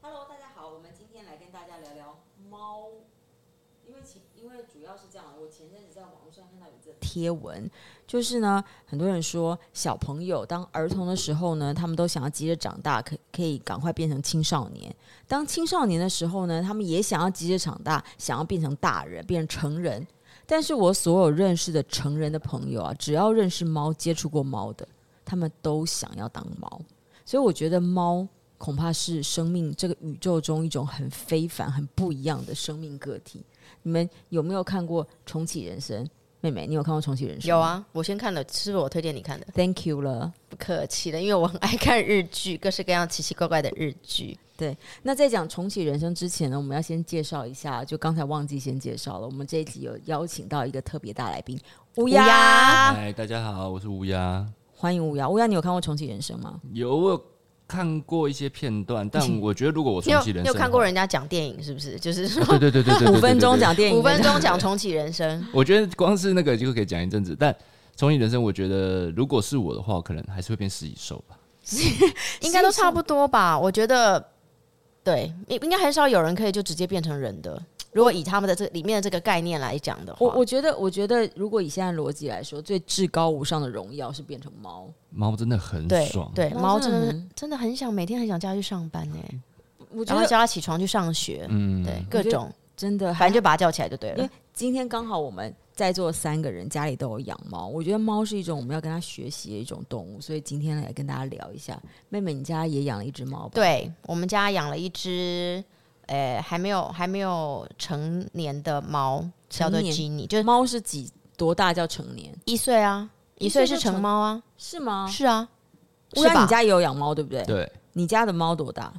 Hello， 大家好，我们今天来跟大家聊聊猫，因为主要是这样，我前阵子在网络上看到有一个贴文，就是呢，很多人说小朋友当儿童的时候呢，他们都想要急着长大，可以赶快变成青少年；当青少年的时候呢，他们也想要急着长大，想要变成大人，变成成人。但是我所有认识的成人的朋友啊，只要认识猫、接触过猫的，他们都想要当猫。所以我觉得猫恐怕是生命这个宇宙中一种很非凡、很不一样的生命个体。你们有没有看过《重启人生》？妹妹，你有看过《重启人生》？ 有啊，我先看了，是不是我推荐你看的 ？Thank you 了， 不客气的，因为我很爱看日剧，各式各样奇奇怪怪的日剧。 对，那在讲重启人生之前呢，我们要先介绍一下，就刚才忘记先介绍了，我们这一集有邀请到一个特别大来宾乌鸦。 嗨，大家好，我是乌鸦， 欢迎乌鸦。乌鸦，你有看过重启人生吗？ 有，我有看过一些片段，但我觉得如果我重启人生， 你有看过人家讲电影是不是？就是说， 对 5分钟讲电影 ，5分钟讲重启人生。 我觉得光是那个就可以讲一阵子，但重启人生，我觉得如果是我的话，可能还是会变食蚁兽吧。 应该都差不多吧？我觉得，对，应该很少有人可以就直接变成人的。如果以他们的这里面的这个概念来讲的话， 我觉得，如果以现在逻辑来说，最至高无上的荣耀是变成猫。 猫真的很爽， 对，猫真的很想每天很想叫它去上班呢。 我觉得然后叫它起床去上学，对，各种真的， 反正就把它叫起来就对了。 因为今天刚好我们在座3个人家里都有养猫，我觉得猫是一种我们要跟它学习的一种动物，所以今天来跟大家聊一下。妹妹，你家也养了一只猫吧？ 对，我们家养了一只。还没有成年的猫，叫做 Jenny。就是猫是多大叫成年 ？1岁啊，1岁是成猫啊？ 是吗？ 是啊。 乌鸦，你家也有养猫对不对？ 对。 你家的猫多大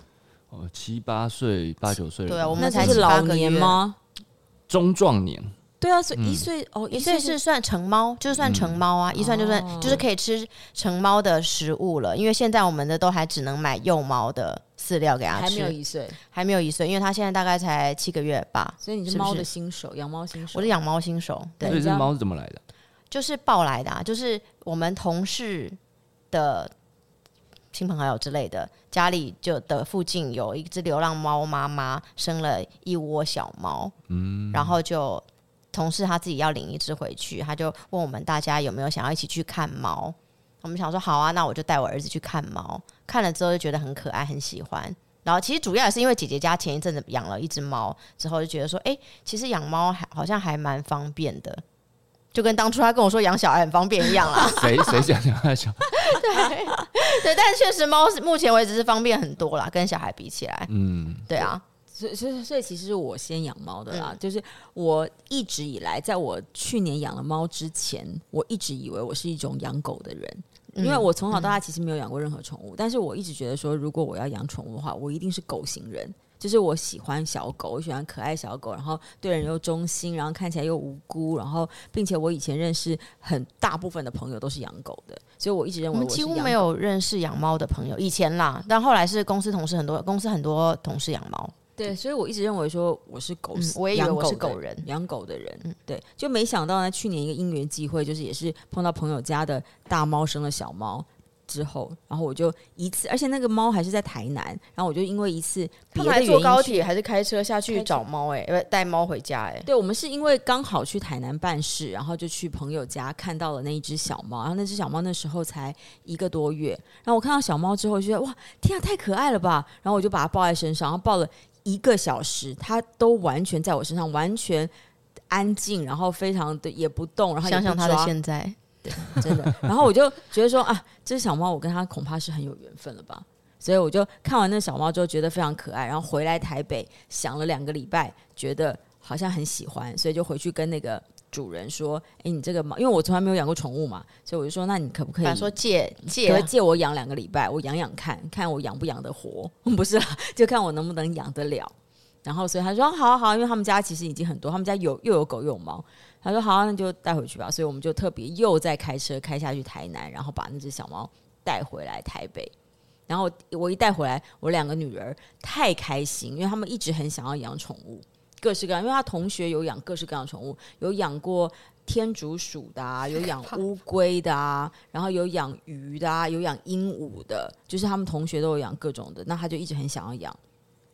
？7、8岁、8、9岁。 对啊，我们才是老年吗？ 中壮年。 对啊，所以1岁 1岁是算成猫，就是算成猫啊，一算就算就是可以吃成猫的食物了。因为现在我们的都还只能买幼猫的饲料给它吃， 还没有1岁， 还没有1岁，因为它现在大概才7个月吧。 所以你是猫的新手，养猫新手。 我是养猫新手，对。 所以这猫是怎么来的？ 就是抱来的啊，就是我们同事的亲朋好友之类的，家里就的附近有一只流浪猫妈妈生了一窝小猫，然后就同事他自己要领一只回去，他就问我们大家有没有想要一起去看猫。我们想说好啊，那我就带我儿子去看猫。看了之后就觉得很可爱，很喜欢。然后其实主要也是因为姐姐家前一阵子养了一只猫，之后就觉得说，其实养猫好像还蛮方便的，就跟当初他跟我说养小孩很方便一样啦。 谁讲他小孩？ 对，但确实猫目前为止是方便很多啦，跟小孩比起来。对啊。 所以其实是我先养猫的啦，就是我一直以来，在我去年养了猫之前，我一直以为我是一种养狗的人，因为我从小到大其实没有养过任何宠物，但是我一直觉得说，如果我要养宠物的话，我一定是狗型人，就是我喜欢小狗，我喜欢可爱小狗，然后对人又忠心，然后看起来又无辜，然后并且我以前认识很大部分的朋友都是养狗的，所以我一直认为我是养狗。 几乎没有认识养猫的朋友，以前啦，但后来是公司很多同事养猫。 对，所以我一直认为说我是狗， 我也以为我是狗人， 养狗的人。对，就没想到呢，去年一个因缘际会，就是也是碰到朋友家的大猫生了小猫之后，然后我就一次，而且那个猫还是在台南，然后我就因为一次别的原因， 坐高铁还是开车下去找猫，带猫回家。 对，我们是因为刚好去台南办事，然后就去朋友家看到了那一只小猫，然后那只小猫那时候才1个多月，然后我看到小猫之后就觉得哇，天啊，太可爱了吧，然后我就把它抱在身上，然后抱了1个小时，它都完全在我身上，完全安静，然后非常的也不动，然后也不抓。 想想它的现在， 对，真的。然后我就觉得说啊，这只小猫我跟它恐怕是很有缘分了吧，所以我就看完那小猫之后觉得非常可爱，然后回来台北想了2个礼拜，觉得好像很喜欢，所以就回去跟那个主人说，你这个猫，因为我从来没有养过宠物嘛，所以我就说，那你可不可以说借我养2个礼拜，我养看我养不养得活，不是啦，就看我能不能养得了。然后所以他说好好，因为他们家其实已经很多，他们家又有狗又有猫，他说好，那就带回去吧。所以我们就特别又再开车开下去台南，然后把那只小猫带回来台北。然后我一带回来，我2个女儿太开心，因为他们一直很想要养宠物，各式各样，因为他同学有养各式各样的宠物，有养过天竺鼠的啊，有养乌龟的啊，然后有养鱼的啊，有养鹦鹉的，就是他们同学都有养各种的，那他就一直很想要养。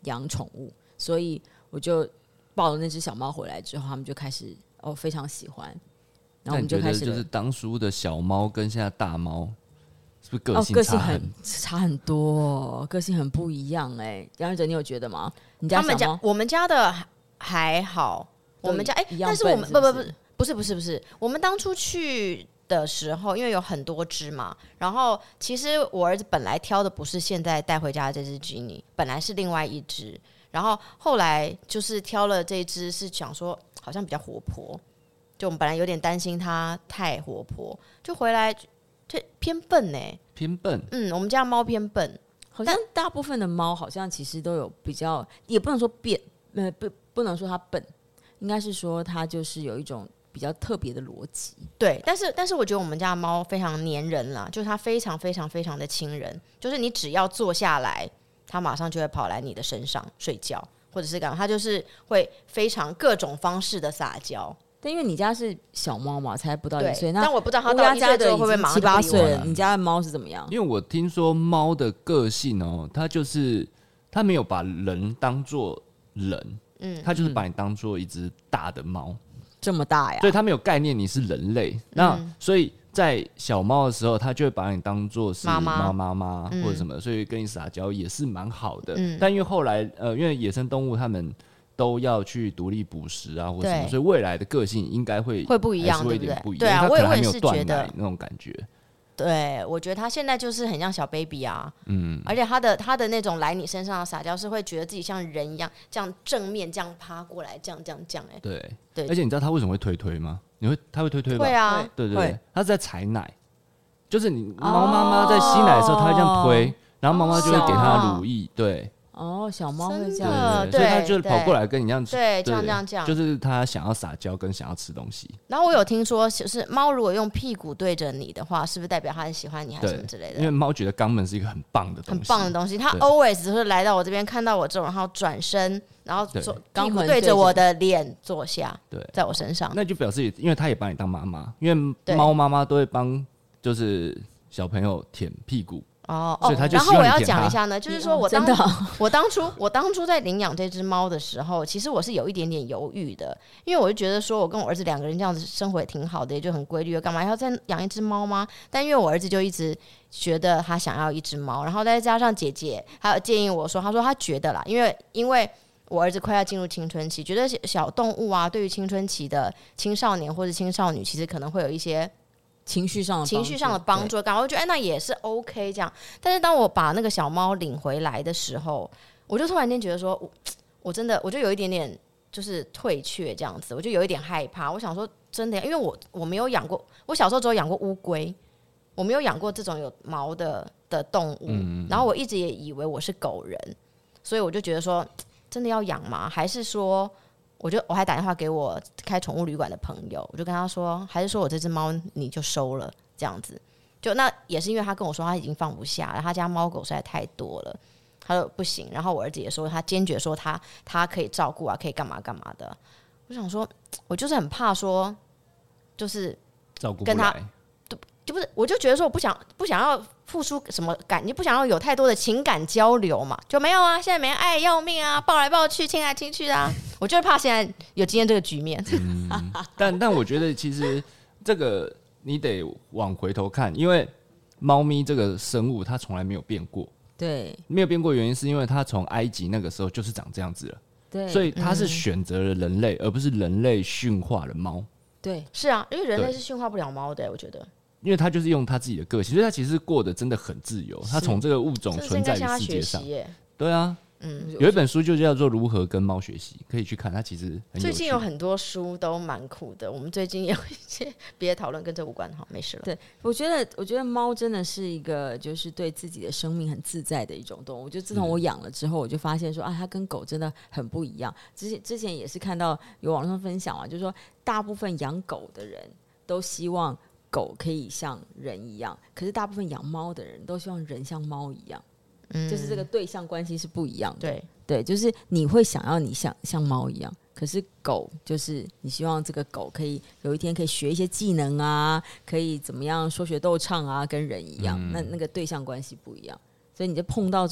养宠物，所以我就抱了那只小猫回来之后，他们就开始非常喜欢，然后我们就开始就是当初的小猫跟现在大猫是不是个性个性差很多，个性很不一样哎。杨哲，你有觉得吗？你家小猫？ 我们家的还好，我们家但是我们不是，我们当初去的时候，因为有很多只嘛，然后其实我儿子本来挑的不是现在带回家的这只吉尼，本来是另外一只，然后后来就是挑了这只，是想说好像比较活泼，就我们本来有点担心它太活泼，就回来就偏笨偏笨。 我们家猫偏笨， 好像大部分的猫好像其实都有比较，也不能说不能说它笨，应该是说它就是有一种比较特别的逻辑。 对，但是我觉得我们家的猫非常黏人啦，就是它非常非常非常的亲人，就是你只要坐下来，它马上就会跑来你的身上睡觉，或者是干嘛，它就是会非常各种方式的撒娇。 但因为你家是小猫嘛，才不到1岁，那但我不知道它到1岁之后会不会马上 7、8岁了。你家的猫是怎么样？ 因为我听说猫的个性它就是它没有把人当作人，它就是把你当作一只大的猫， 这么大呀？ 所以它没有概念你是人类。那所以在小猫的时候，它就会把你当作是妈妈或者什么，所以跟你撒娇也是蛮好的。但因为后来因为野生动物它们都要去独立捕食啊，或什么，所以未来的个性应该会不一样， 对不对？不一样， 对啊， 它可能还没我有断也是觉得奶那种感觉。 对，我觉得他现在就是很像小 baby 啊，而且他的那种来你身上的撒娇，是会觉得自己像人一样，这样正面这样趴过来，这样对，而且你知道他为什么会推吗？他会推吧？ 会啊， 对，他是在采奶，就是你猫妈妈在吸奶的时候，他会这样推，然后妈妈就会给他乳液，对。 小猫会这样， 所以它就是跑过来跟你这样， 对，这样， 就是它想要撒娇跟想要吃东西。 然后我有听说，就是猫如果用屁股对着你的话，是不是代表它很喜欢你，还是什么之类的？ 因为猫觉得肛门是一个很棒的东西， 它 always 就是来到我这边看到我这种，然后转身，然后屁股对着我的脸坐下，对，在我身上， 那就表示，因为它也把你当妈妈，因为猫妈妈都会帮就是小朋友舔屁股。所以他就然后我要讲一下呢，就是说我当初在领养这只猫的时候，其实我是有一点点犹豫的，因为我就觉得说我跟我儿子2个人这样子生活也挺好的，也就很规律，干嘛要再养一只猫吗？但因为我儿子就一直觉得他想要一只猫，然后再加上姐姐还有建议我说，他说他觉得啦，因为我儿子快要进入青春期，觉得小动物啊，对于青春期的青少年或者青少女，其实可能会有一些情绪上的帮助，感觉我觉得那也是 OK 这样。但是当我把那个小猫领回来的时候，我就突然间觉得说，我真的我就有一点点就是退却这样子，我就有一点害怕。我想说真的，因为我没有养过，我小时候只有养过乌龟，我没有养过这种有毛的动物。然后我一直也以为我是狗人，所以我就觉得说，真的要养吗？还是说？我还打电话给我开宠物旅馆的朋友，我就跟他说，还是说我这只猫你就收了这样子。就那也是因为他跟我说他已经放不下了，他家猫狗实在太多了，他说不行。然后我儿子也说他坚决说他可以照顾啊，可以干嘛干嘛的。我想说，我就是很怕说，就是照顾跟他就不是，我就觉得说我不想要付出什么感，你不想要有太多的情感交流嘛，就没有啊。现在每人爱要命啊，抱来抱去，亲来亲去啊。我就是怕现在有今天这个局面。 但我觉得其实这个你得往回头看，因为猫咪这个生物它从来没有变过。 对， 没有变过原因是因为它从埃及那个时候就是长这样子了。 对， 所以它是选择了人类，而不是人类驯化了猫。 对， 是啊，因为人类是驯化不了猫的，我觉得。 因为他就是用他自己的个性，所以他其实过得真的很自由。他从这个物种存在于世界上，对啊，有一本书就叫做《如何跟猫学习》，可以去看。它其实很有趣。 最近有很多书都蛮酷的，我们最近有一些别的讨论跟这无关，好，没事了。 对，我觉得猫真的是一个就是对自己的生命很自在的一种动物。就自从我养了之后，我就发现说它跟狗真的很不一样。之前也是看到有网上分享嘛，就是说大部分养狗的人都希望狗可以像人一样，可是大部分养猫的人都希望人像猫一样，就是这个对象关系是不一样的。对，就是你会想要你像猫一样，可是狗就是你希望这个狗可以有一天可以学一些技能啊，可以怎么样说学逗唱啊，跟人一样。那个对象关系不一样，所以你就碰到这种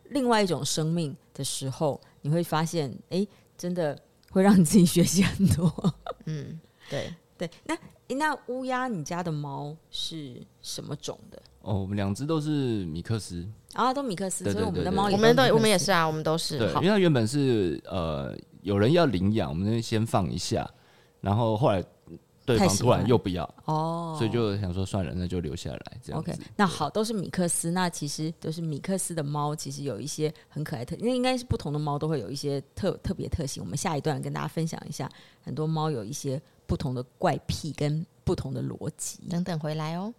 另外一种生命的时候，你会发现，真的会让你自己学习很多。 对对。那乌鸦，你家的猫是什么种的？ 我们2只都是米克斯啊，都米克斯， 对对对对， 所以我们的猫也我们也是啊，我们都是。 对，因为它原本是有人要领养，我们先放一下，然后后来对方突然又不要所以就想说算了，那就留下来这样子。 OK， 那好，都是米克斯，那其实都是米克斯的猫，其实有一些很可爱因为应该是不同的猫都会有一些特别特性。我们下一段跟大家分享一下，很多猫有一些不同的怪癖跟不同的逻辑。 等等回来哦。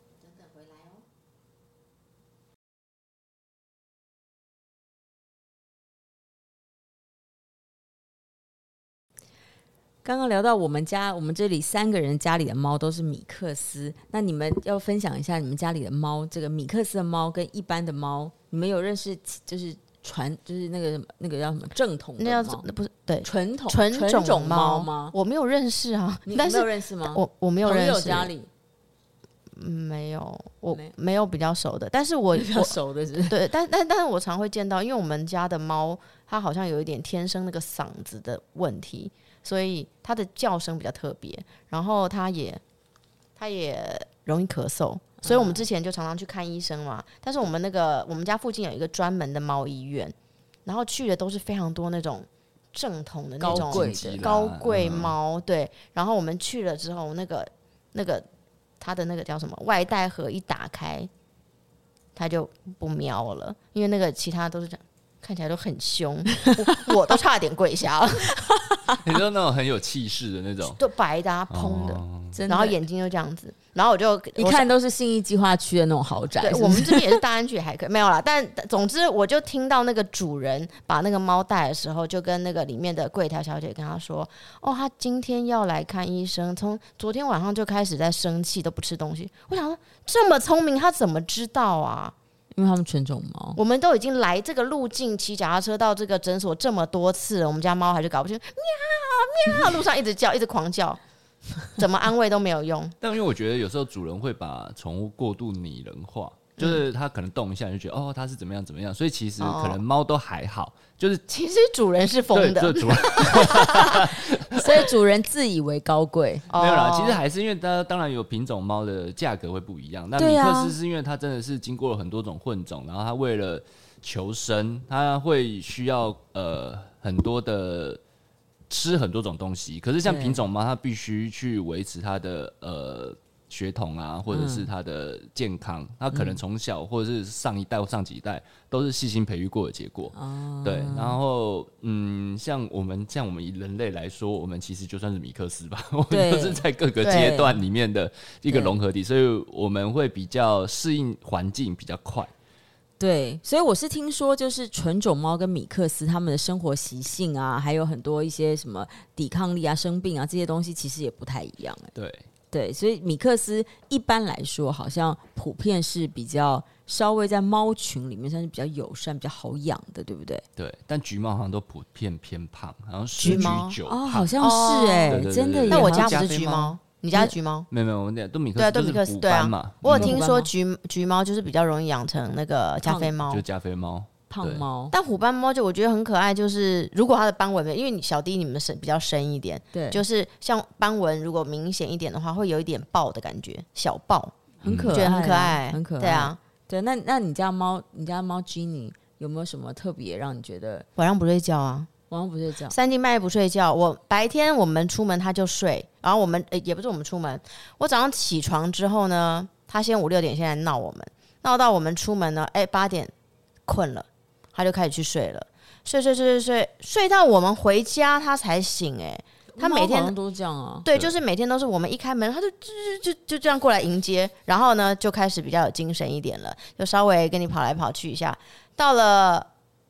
刚刚聊到我们这里3个人家里的猫都是米克斯，那你们要分享一下你们家里的猫，这个米克斯的猫跟一般的猫，你们有认识就是那个叫什么正统的猫？ 那不是对纯种猫吗？ 我没有认识啊， 你没有认识吗？ 我没有认识。 朋友家里没有，我没有比较熟的，但是我比较熟的是对，但是我常会见到，因为我们家的猫它好像有一点天生那个嗓子的问题。所以它的叫声比较特别，然后它也容易咳嗽，所以我们之前就常常去看医生嘛。但是我们家附近有一个专门的猫医院，然后去的都是非常多那种正统的那种高贵猫，对。然后我们去了之后，它的那个叫什么外带盒一打开，它就不喵了，因为那个其他都是这样。看起来都很凶，我都差点跪下了。 你说那种很有气势的那种， 就白的蓬的，然后眼睛就这样子，然后我就一看都是信义计划区的那种豪宅。 对，我们这边也是大安区，还可以没有啦。但总之，我就听到那个主人把那个猫带的时候，就跟那个里面的柜台小姐跟他说：“哦，他今天要来看医生，从昨天晚上就开始在生气，都不吃东西。”我想说，这么聪明，他怎么知道啊？ 因为他们纯种猫， 我们都已经来这个路径骑脚踏车到这个诊所这么多次了，我们家猫还是搞不清，喵喵，路上一直叫，一直狂叫，怎么安慰都没有用。 但因为我觉得有时候主人会把宠物过度拟人化，就是他可能动一下就觉得它是怎么样怎么样，所以其实可能猫都还好，就是其实主人是疯的， 对，主人所以主人自以为高贵。 没有啦，其实还是因为它当然有品种猫的价格会不一样。那米克斯是因为它真的是经过了很多种混种，然后它为了求生，它会需要很多的吃很多种东西。可是像品种猫，它必须去维持它的血统啊，或者是它的健康，它可能从小或者是上一代或上几代都是细心培育过的结果。对，然后像我们以人类来说，我们其实就算是米克斯吧，我们都是在各个阶段里面的一个融合体，所以我们会比较适应环境比较快。 对，所以我是听说，就是纯种猫跟米克斯它们的生活习性啊，还有很多一些什么抵抗力啊、生病啊这些东西，其实也不太一样。对，所以米克斯一般来说好像普遍是比较稍微在猫群里面算是比较友善、比较好养的，对不对？ 对，但橘猫好像都普遍偏胖，好像10 橘猫 9 胖好像是真的耶。 但我家不是橘猫，你家是橘猫？ 没有，我们都米克斯， 对，米克斯，对啊。我有听说橘猫就是比较容易养成那个加菲猫， 就加菲猫。 胖猫， 但虎斑猫就我觉得很可爱，就是如果它的斑纹，因为小弟你们比较深一点， 对， 就是像斑纹如果明显一点的话，会有一点爆的感觉，小爆， 很可爱， 觉得很可爱， 很可爱， 对啊， 对。那你家猫 Jenny 有没有什么特别让你觉得？ 晚上不睡觉啊， 晚上不睡觉 ，3更半夜不睡觉。我白天我们出门它就睡，然后我们也不是我们出门，我早上起床之后呢，它先5、6点先来闹我们，闹到我们出门呢，8点困了。他就开始去睡了，睡到我们回家他才醒。他每天都这样啊。 对，就是每天都是我们一开门他就这样过来迎接，然后呢就开始比较有精神一点了，就稍微跟你跑来跑去一下，到了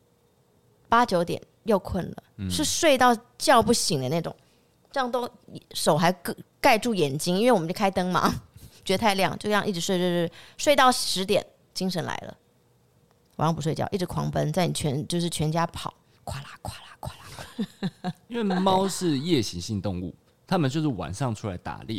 8、9点又困了，是睡到叫不醒的那种，这样都手还盖住眼睛，因为我们就开灯嘛，觉得太亮，就这样一直睡到10点精神来了。晚上不睡觉，一直狂奔，在你全家跑，咵啦咵啦咵啦。 因为猫是夜行性动物，它们就是晚上出来打猎。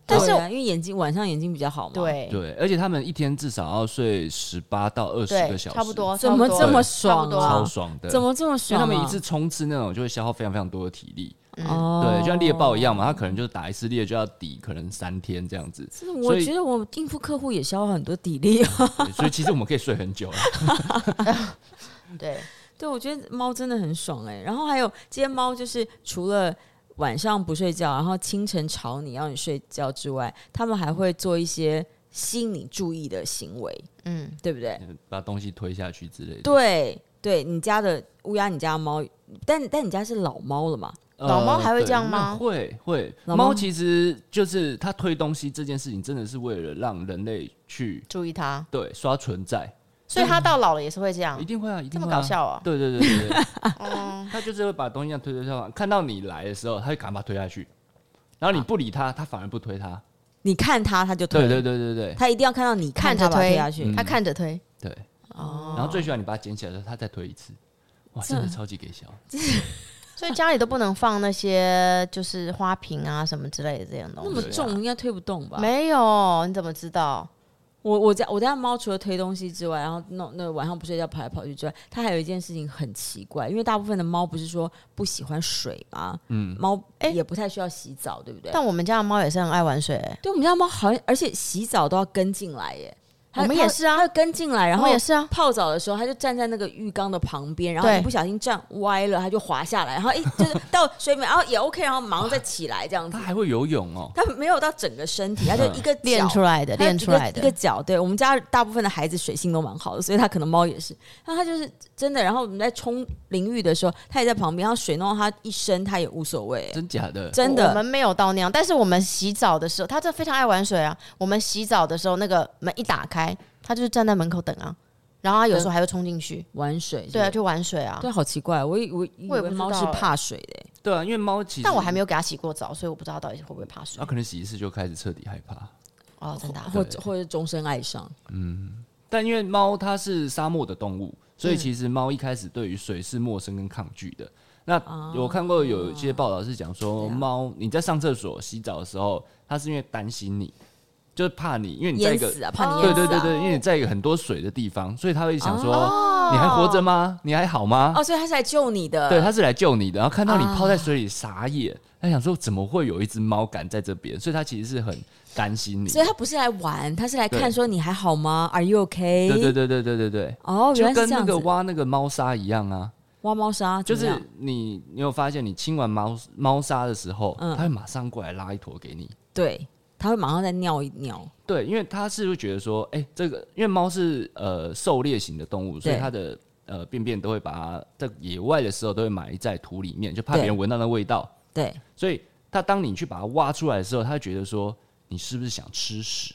但是因为晚上眼睛比较好嘛。 对， 而且他们一天至少要睡18到20个小时， 差不多。 怎么这么爽啊？ 超爽的， 怎么这么爽？ 因为他们一次冲刺那种就会消耗非常非常多的体力。 哦， 对，就像猎豹一样嘛，他可能就是打一次猎就要抵可能3天这样子。 我觉得我应付客户也消耗很多体力啊。 所以其实我们可以睡很久了。 对，我觉得猫真的很爽然后还有这些猫，就是除了晚上不睡觉，然后清晨吵你要你睡觉之外，他们还会做一些吸引你注意的行为，对不对？ 把东西推下去之类的。 对，你家的乌鸦，你家的猫，但你家是老猫了嘛？ 老猫还会这样吗？ 会。猫其实就是它推东西这件事情，真的是为了让人类去注意它， 对，刷存在。 所以它到老了也是会这样， 一定会啊， 这么搞笑啊！ 对，它就是会把东西这样推，看到你来的时候，它会赶快把它推下去，然后你不理它，它反而不推它。 你看它，它就推。 对， 它一定要看到你看着推下去， 它看着推。 对，然后最喜欢你把它捡起来的时候，它再推一次。哇，真的超级给小。 所以家里都不能放那些就是花瓶啊什么之类的这样东西。 那么重应该推不动吧？ 没有，你怎么知道？ 我家猫除了推东西之外，然后那晚上不睡觉跑来跑去之外，它还有一件事情很奇怪，因为大部分的猫不是说不喜欢水吗？猫也不太需要洗澡，对不对？ 但我们家的猫也是很爱玩水对，我们家的猫好像，而且洗澡都要跟进来耶。 我们也是啊， 它跟进来，然后也是啊。 泡澡的时候，它就站在那个浴缸的旁边，然后你不小心站歪了，它就滑下来，然后就是到水面，然后也 OK， 然后马上再起来这样子。 它还会游泳哦？ 它没有到整个身体，它就一个脚练出来的一个脚。对，我们家大部分的孩子水性都蛮好的，所以它可能猫也是。那它就是真的，然后我们在冲淋浴的时候，它也在旁边，然后水弄到它一身，它也无所谓。 真假的？ 真的， 我们没有到那样，但是我们洗澡的时候，它这非常爱玩水啊。我们洗澡的时候，那个门一打开。他就是站在门口等啊，然后他有时候还会冲进去玩水。 对啊，就玩水啊。 对，好奇怪，我以为猫是怕水的。 对啊，因为猫其实， 但我还没有给它洗过澡，所以我不知道它到底会不会怕水。 它可能洗一次就开始彻底害怕。 哦，真的， 或者终身爱上。 但因为猫它是沙漠的动物，所以其实猫一开始对于水是陌生跟抗拒的。那我看过有一些报道是讲说，猫你在上厕所洗澡的时候，它是因为担心你。就是怕你，因为你在一个怕你淹死对，因为你在一个很多水的地方，所以他会想说，你还活着吗？你还好吗？ 所以他是来救你的。 对，他是来救你的。然后看到你泡在水里傻眼，他想说怎么会有一只猫敢在这边？所以他其实是很担心你。 所以他不是来玩，他是来看说你还好吗 ？Are you okay？ 对。 原来是这样子。 就跟那个挖那个猫砂一样啊。 挖猫砂就是你有发现，你清完猫砂的时候，它会马上过来拉一坨给你。 对。它会马上再尿一尿， 对，因为它是会觉得说，这个因为猫是狩猎型的动物，所以它的便便都会把它在野外的时候都会埋在土里面，就怕别人闻到那味道。 对， 所以它当你去把它挖出来的时候，它会觉得说，你是不是想吃屎？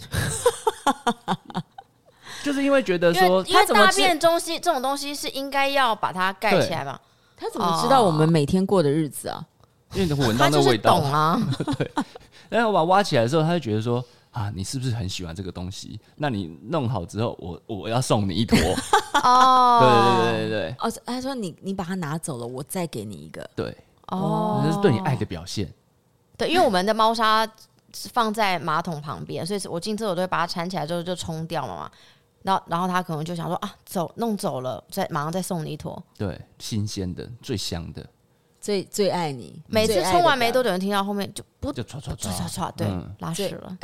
就是因为觉得说， 因为大便东西这种东西是应该要把它盖起来嘛， 它怎么知道我们每天过的日子啊？ 因为你会闻到那味道， 它就是懂啊。 对。然后我把它挖起来的时候，他就觉得说你是不是很喜欢这个东西？那你弄好之后，我要送你一坨。对。 他说你把它拿走了，我再给你一个。 对，这是对你爱的表现。 对，因为我们的猫砂放在马桶旁边，所以我进厕所都会把它铲起来之后就冲掉了嘛。然后他可能就想说弄走了，马上再送你一坨。 对，新鲜的，最香的。 最爱你， 每次冲完没多久，人听到后面就唰， 对，拉屎了。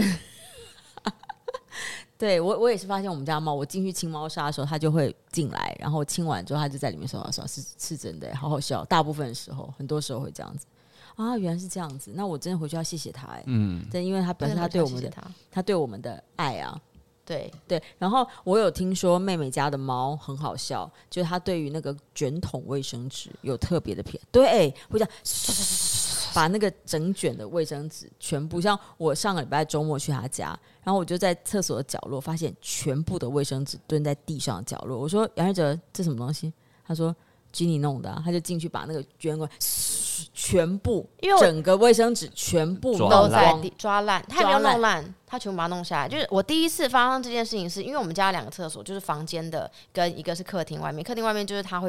对我也是发现我们家猫，我进去清猫砂的时候，它就会进来，然后清完之后，它就在里面刷，是真的，好好笑。大部分的时候，很多时候会这样子原来是这样子。那我真的回去要谢谢它对，因为它表示它对我们的，它对我们的爱啊。对，然后我有听说妹妹家的猫很好笑，就是她对于那个卷筒卫生纸有特别的偏，对，会这样把那个整卷的卫生纸全部，像我上个礼拜周末去她家，然后我就在厕所的角落发现全部的卫生纸蹲在地上的角落，我说杨一哲这什么东西？他说Ginny 弄的他就进去把那个卷过来全部，因为整个卫生纸全部都在抓烂，他也没有弄烂，他全部把它弄下来。就是我第一次发生这件事情，是因为我们家2个厕所，就是房间的跟一个是客厅外面，客厅外面就是他会去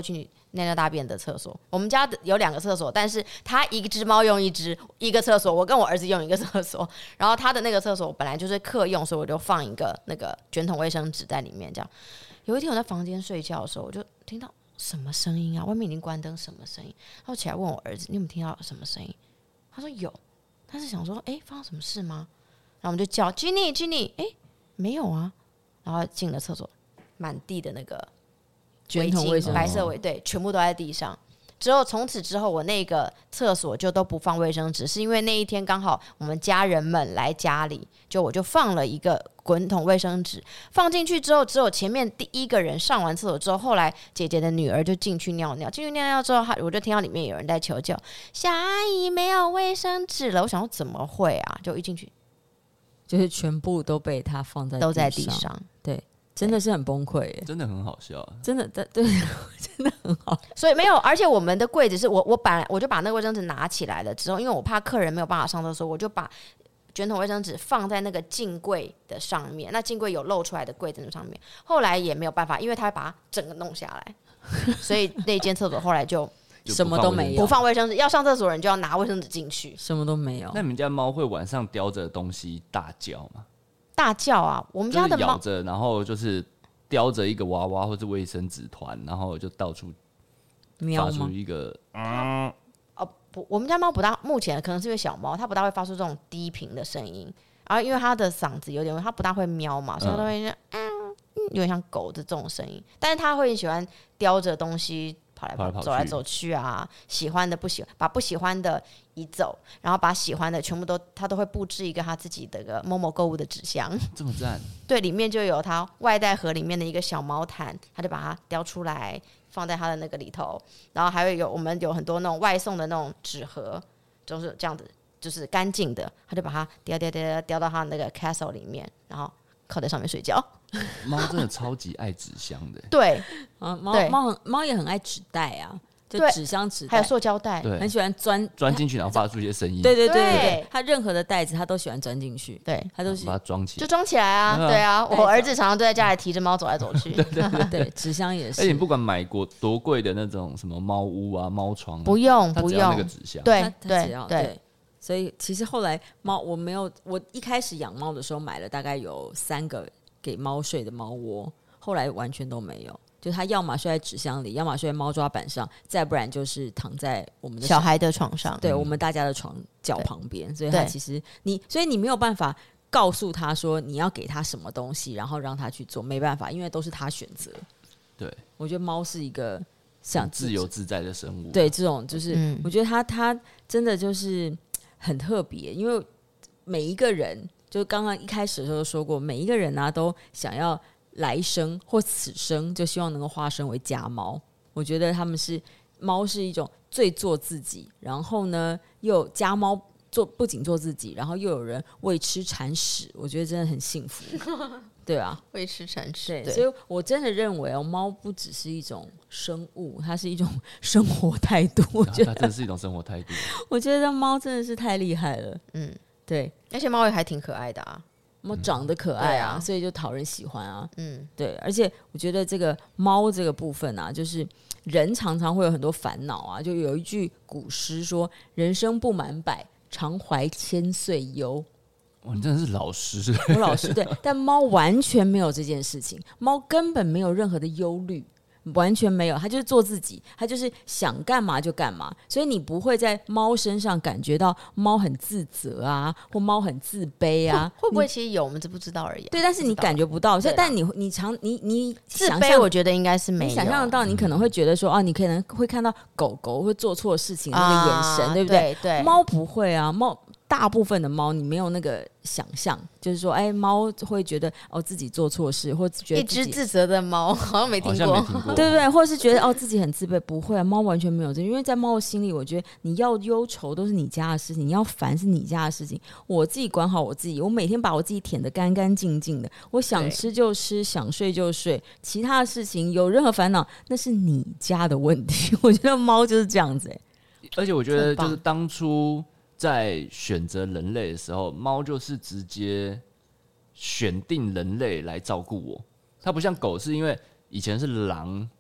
尿尿大便的厕所。我们家有2个厕所，但是他一只猫用一个厕所，我跟我儿子用一个厕所。然后他的那个厕所本来就是客用，所以我就放一个那个卷筒卫生纸在里面。这样，有一天我在房间睡觉的时候，我就听到什么声音啊？外面已经关灯，什么声音？然后起来问我儿子：“你有没有听到什么声音？”他说有，他是想说：“发生什么事吗？”然后我们就叫 Ginny， 没有啊。然后进了厕所，满地的那个卷筒卫生纸， 白色对，全部都在地上。之后从此之后，我那个厕所就都不放卫生纸，是因为那一天刚好我们家人们来家里，我就放了一个滚筒卫生纸，放进去之后，只有前面第一个人上完厕所之后，后来姐姐的女儿就进去尿尿，之后，我就听到里面有人在求救，小阿姨没有卫生纸了。我想说怎么会啊？就一进去， 就是全部都被他放在都在地上， 对。真的是很崩溃耶， 真的很好笑， 真的对，真的很好。 所以没有，而且我们的柜子是我就把那个卫生纸拿起来了之后，因为我怕客人没有办法上厕所，我就把卷筒卫生纸放在那个镜柜的上面，那镜柜有露出来的柜子上面。后来也没有办法，因为他会把它整个弄下来，所以那间厕所后来就什么都没有， 不放卫生纸，要上厕所的人就要拿卫生纸进去， 什么都没有。 那你们家猫会晚上叼着东西大叫吗？ 大叫啊！我们家的猫咬着，然后就是叼着一个娃娃或是卫生纸团，然后就到处发出一个不，我们家猫不大，目前可能是因为小猫，它不大会发出这种低频的声音，然后因为它的嗓子有点，它不大会喵嘛，所以它都会有点像狗的这种声音，但是它会喜欢叼着东西跑来走去啊，喜欢的不喜欢，把不喜欢的移走，然后把喜欢的全部他都会布置一个他自己的个某某购物的纸箱， 这么赞。 对，里面就有他外带盒里面的一个小毛毯，他就把它叼出来放在他的那个里头，然后还会有我们有很多那种外送的那种纸盒，就是这样子，就是干净的，他就把它叼到他那个 castle 里面，然后靠在上面睡觉。 猫真的超级爱纸箱的， 对啊，猫也很爱纸袋啊，就纸箱、纸袋还有塑胶袋， 对， 很喜欢钻进去，然后发出一些声音。 对，它任何的袋子它都喜欢钻进去， 对， 它都是把它装起来， 就装起来啊，对啊，我儿子常常都在家里提着猫走来走去， 对，纸箱也是。 而且你不管买过多贵的那种什么猫屋啊、猫床， 不用那个纸箱， 对。 所以其实后来我一开始养猫的时候买了大概有3个给猫睡的猫窝，后来完全都没有，就它要么睡在纸箱里，要么睡在猫抓板上，再不然就是躺在我们的小孩的床上， 对，我们大家的床脚旁边，所以它其实所以你没有办法告诉他说你要给他什么东西，然后让他去做，没办法，因为都是他选择。 对， 我觉得猫是一个像自由自在的生物， 对，这种就是我觉得它真的就是很特别，因为每一个人。就刚刚一开始的时候说过，每一个人啊都想要来生或此生就希望能够化身为家猫。我觉得猫是一种最做自己，然后呢又家猫不仅做自己，然后又有人喂吃铲屎，我觉得真的很幸福。对啊， 喂吃铲屎。 对，所以我真的认为猫不只是一种生物，它是一种生活态度。我觉得它真的是一种生活态度。 我觉得猫真的是太厉害了。对， 而且猫也还挺可爱的啊， 猫长得可爱啊，所以就讨人喜欢啊。对，而且我觉得这个猫这个部分啊，就是人常常会有很多烦恼啊。就有一句古诗说：“人生不满百，常怀千岁忧。” 哇，你真的是老师， 我老师对，但猫完全没有这件事情，猫根本没有任何的忧虑。完全没有，它就是做自己，它就是想干嘛就干嘛，所以你不会在猫身上感觉到猫很自责啊，或猫很自卑啊。 会不会其实有，我们知不知道而已。 对，但是你感觉不到。但你自卑，我觉得应该是没有。 你想象得到，你可能会觉得说，你可能会看到狗狗会做错事情的那个眼神，对不对？ 对， 猫不会啊，大部分的猫你没有那个想象，就是说，猫会觉得自己做错事，或觉得一只自责的猫，好像没听过， 对不对？或是觉得自己很自卑，不会啊，猫完全没有这，因为在猫的心里，我觉得你要忧愁都是你家的事情，你要烦是你家的事情，我自己管好我自己，我每天把我自己舔得干干净净的，我想吃就吃，想睡就睡，其他的事情有任何烦恼，那是你家的问题。我觉得猫就是这样子。 而且我觉得就是当初在选择人类的时候，猫就是直接选定人类来照顾我。它不像狗，是因为以前是狼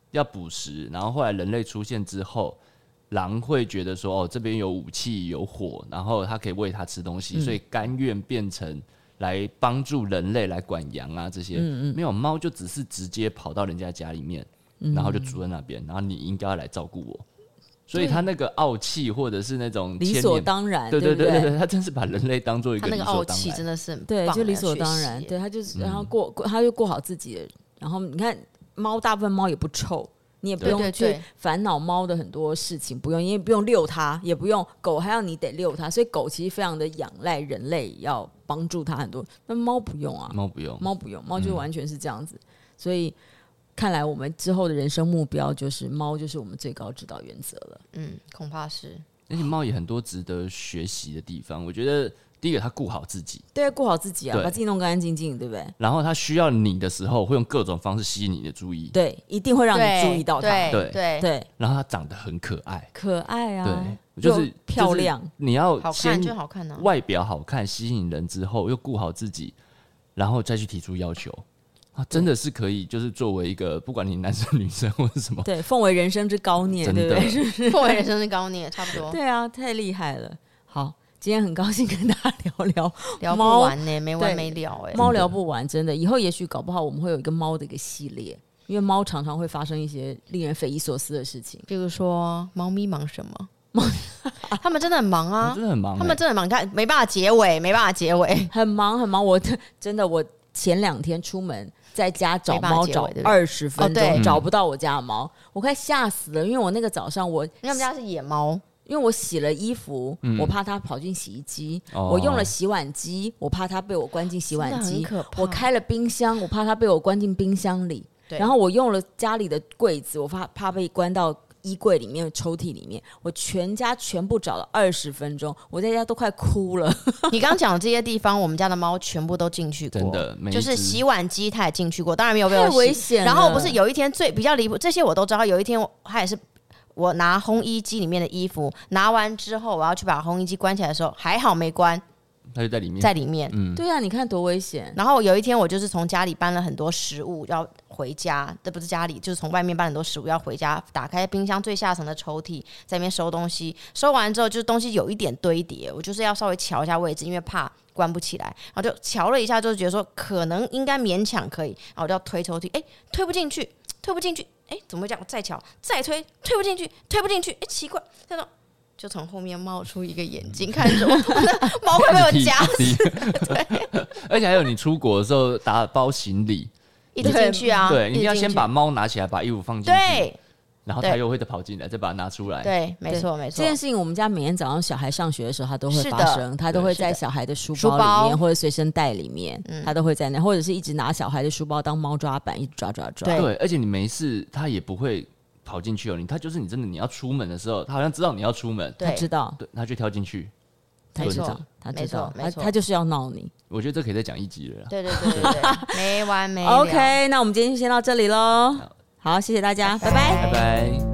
要捕食，然后后来人类出现之后，狼会觉得说，这边有武器有火，然后它可以喂它吃东西，所以甘愿变成来帮助人类来管羊啊这些。没有，猫就只是直接跑到人家家里面，然后就住在那边，然后你应该要来照顾我。所以他那个傲气或者是那种理所当然， 对，他真是把人类当做一个理所当然。 他那个傲气真的是很棒， 对，就理所当然。对，他就是，然后他就过好自己的。然后你看猫，大部分猫也不臭，你也不用去烦恼猫的很多事情，不用，因为不用遛它，也不用狗还要你得遛它，所以狗其实非常的仰赖人类要帮助它很多，但猫不用啊，猫不用，猫就完全是这样子，所以。看来我们之后的人生目标就是猫，就是我们最高指导原则了。 恐怕是。 而且猫也很多值得学习的地方。我觉得第一个，它顾好自己， 对，顾好自己啊，把自己弄干干净净，对不对？ 然后它需要你的时候，会用各种方式吸引你的注意， 对，一定会让你注意到它， 对。 然后它长得很可爱， 啊， 对，就是漂亮。 你要先好看啊， 外表好看吸引人之后，又顾好自己，然后再去提出要求。真的是可以，就是作为一个不管你男生女生或者什么， 对，奉为人生之高孽，对不对？ 奉为人生之高孽，差不多。 对啊，太厉害了。好，今天很高兴跟大家聊不完呢，没完没了哎， 猫聊不完，真的。以后也许搞不好我们会有一个猫的一个系列，因为猫常常会发生一些令人匪夷所思的事情， 比如说猫咪忙什么。他们真的很忙啊， 真的很忙， 他们真的很忙，你看没办法结尾， 很忙。我真的，我前2天出门。在家找猫找20分钟，找不到我家的猫，我快吓死了。因为我那个早上因为我们家是野猫， 因为我洗了衣服，我怕它跑进洗衣机；我用了洗碗机，我怕它被我关进洗碗机；我开了冰箱，我怕它被我关进冰箱里。然后我用了家里的柜子，我怕被关到衣柜里面、抽屉里面，我全家全部找了20分钟，我在家都快哭了。 你刚讲的这些地方，我们家的猫全部都进去过， 真的， 就是洗碗机它也进去过，当然没有被我洗， 太危险了。 然后不是有一天比较离谱，这些我都知道。有一天它也是我拿烘衣机里面的衣服拿完之后，我要去把烘衣机关起来的时候，还好没关。 它就在里面， 对啊，你看多危险。 然后有一天我就是从家里搬了很多食物要回家，这不是家里，就是从外面搬很多食物要回家，打开冰箱最下层的抽屉，在那边收东西，收完之后就是东西有一点堆叠，我就是要稍微瞧一下位置，因为怕关不起来，然后就瞧了一下，就觉得说可能应该勉强可以，然后我就要推抽屉，推不进去，怎么会这样？再瞧再推不进去，奇怪，那种。就从后面冒出一个眼睛看着我，猫会被我夹死。 对，而且还有你出国的时候打包行李， 一直进去啊。 对，你要先把猫拿起来，把衣服放进去。 对。 然后它又会再跑进来，再把它拿出来。 对，没错。 这件事情我们家每天早上小孩上学的时候，它都会发生，它都会在小孩的书包里面或者随身袋里面，它都会在那，或者是一直拿小孩的书包当猫抓板，一直抓。 对，而且你没事，它也不会跑进去哦，它就是真的你要出门的时候，它好像知道你要出门， 它知道， 对，它就跳进去。 他知道，他就是要闹你。 我觉得这可以再讲1集了啦。 对，没完没了。 OK， 那我们今天就先到这里喽。好，谢谢大家，拜拜。